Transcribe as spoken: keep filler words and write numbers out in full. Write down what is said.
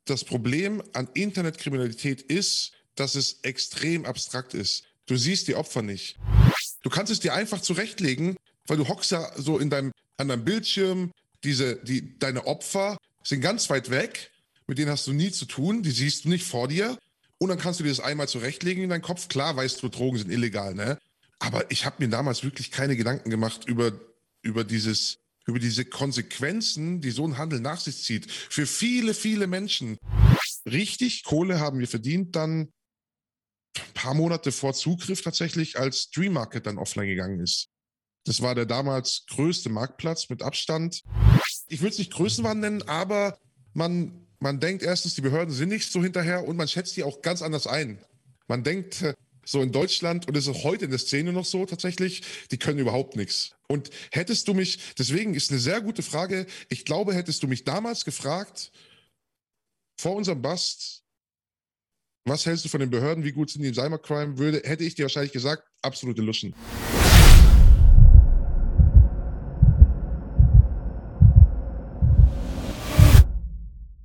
Das Problem an Internetkriminalität ist, dass es extrem abstrakt ist. Du siehst die Opfer nicht. Du kannst es dir einfach zurechtlegen, weil du hockst ja so in deinem, an deinem Bildschirm, diese, die, deine Opfer sind ganz weit weg, mit denen hast du nie zu tun, die siehst du nicht vor dir und dann kannst du dir das einmal zurechtlegen in deinen Kopf. Klar weißt du, Drogen sind illegal, ne? Aber ich habe mir damals wirklich keine Gedanken gemacht über, über dieses, über diese Konsequenzen, die so ein Handel nach sich zieht. Für viele, viele Menschen. Richtig Kohle haben wir verdient dann ein paar Monate vor Zugriff tatsächlich, als Stream Market dann offline gegangen ist. Das war der damals größte Marktplatz mit Abstand. Ich würde es nicht Größenwahn nennen, aber man, man denkt erstens, die Behörden sind nicht so hinterher und man schätzt die auch ganz anders ein. Man denkt äh, so in Deutschland, und das ist auch heute in der Szene noch so tatsächlich, die können überhaupt nichts. Und hättest du mich, deswegen ist eine sehr gute Frage, ich glaube, hättest du mich damals gefragt, vor unserem Bust, was hältst du von den Behörden, wie gut sind die im Cybercrime, würde, hätte ich dir wahrscheinlich gesagt, absolute Luschen.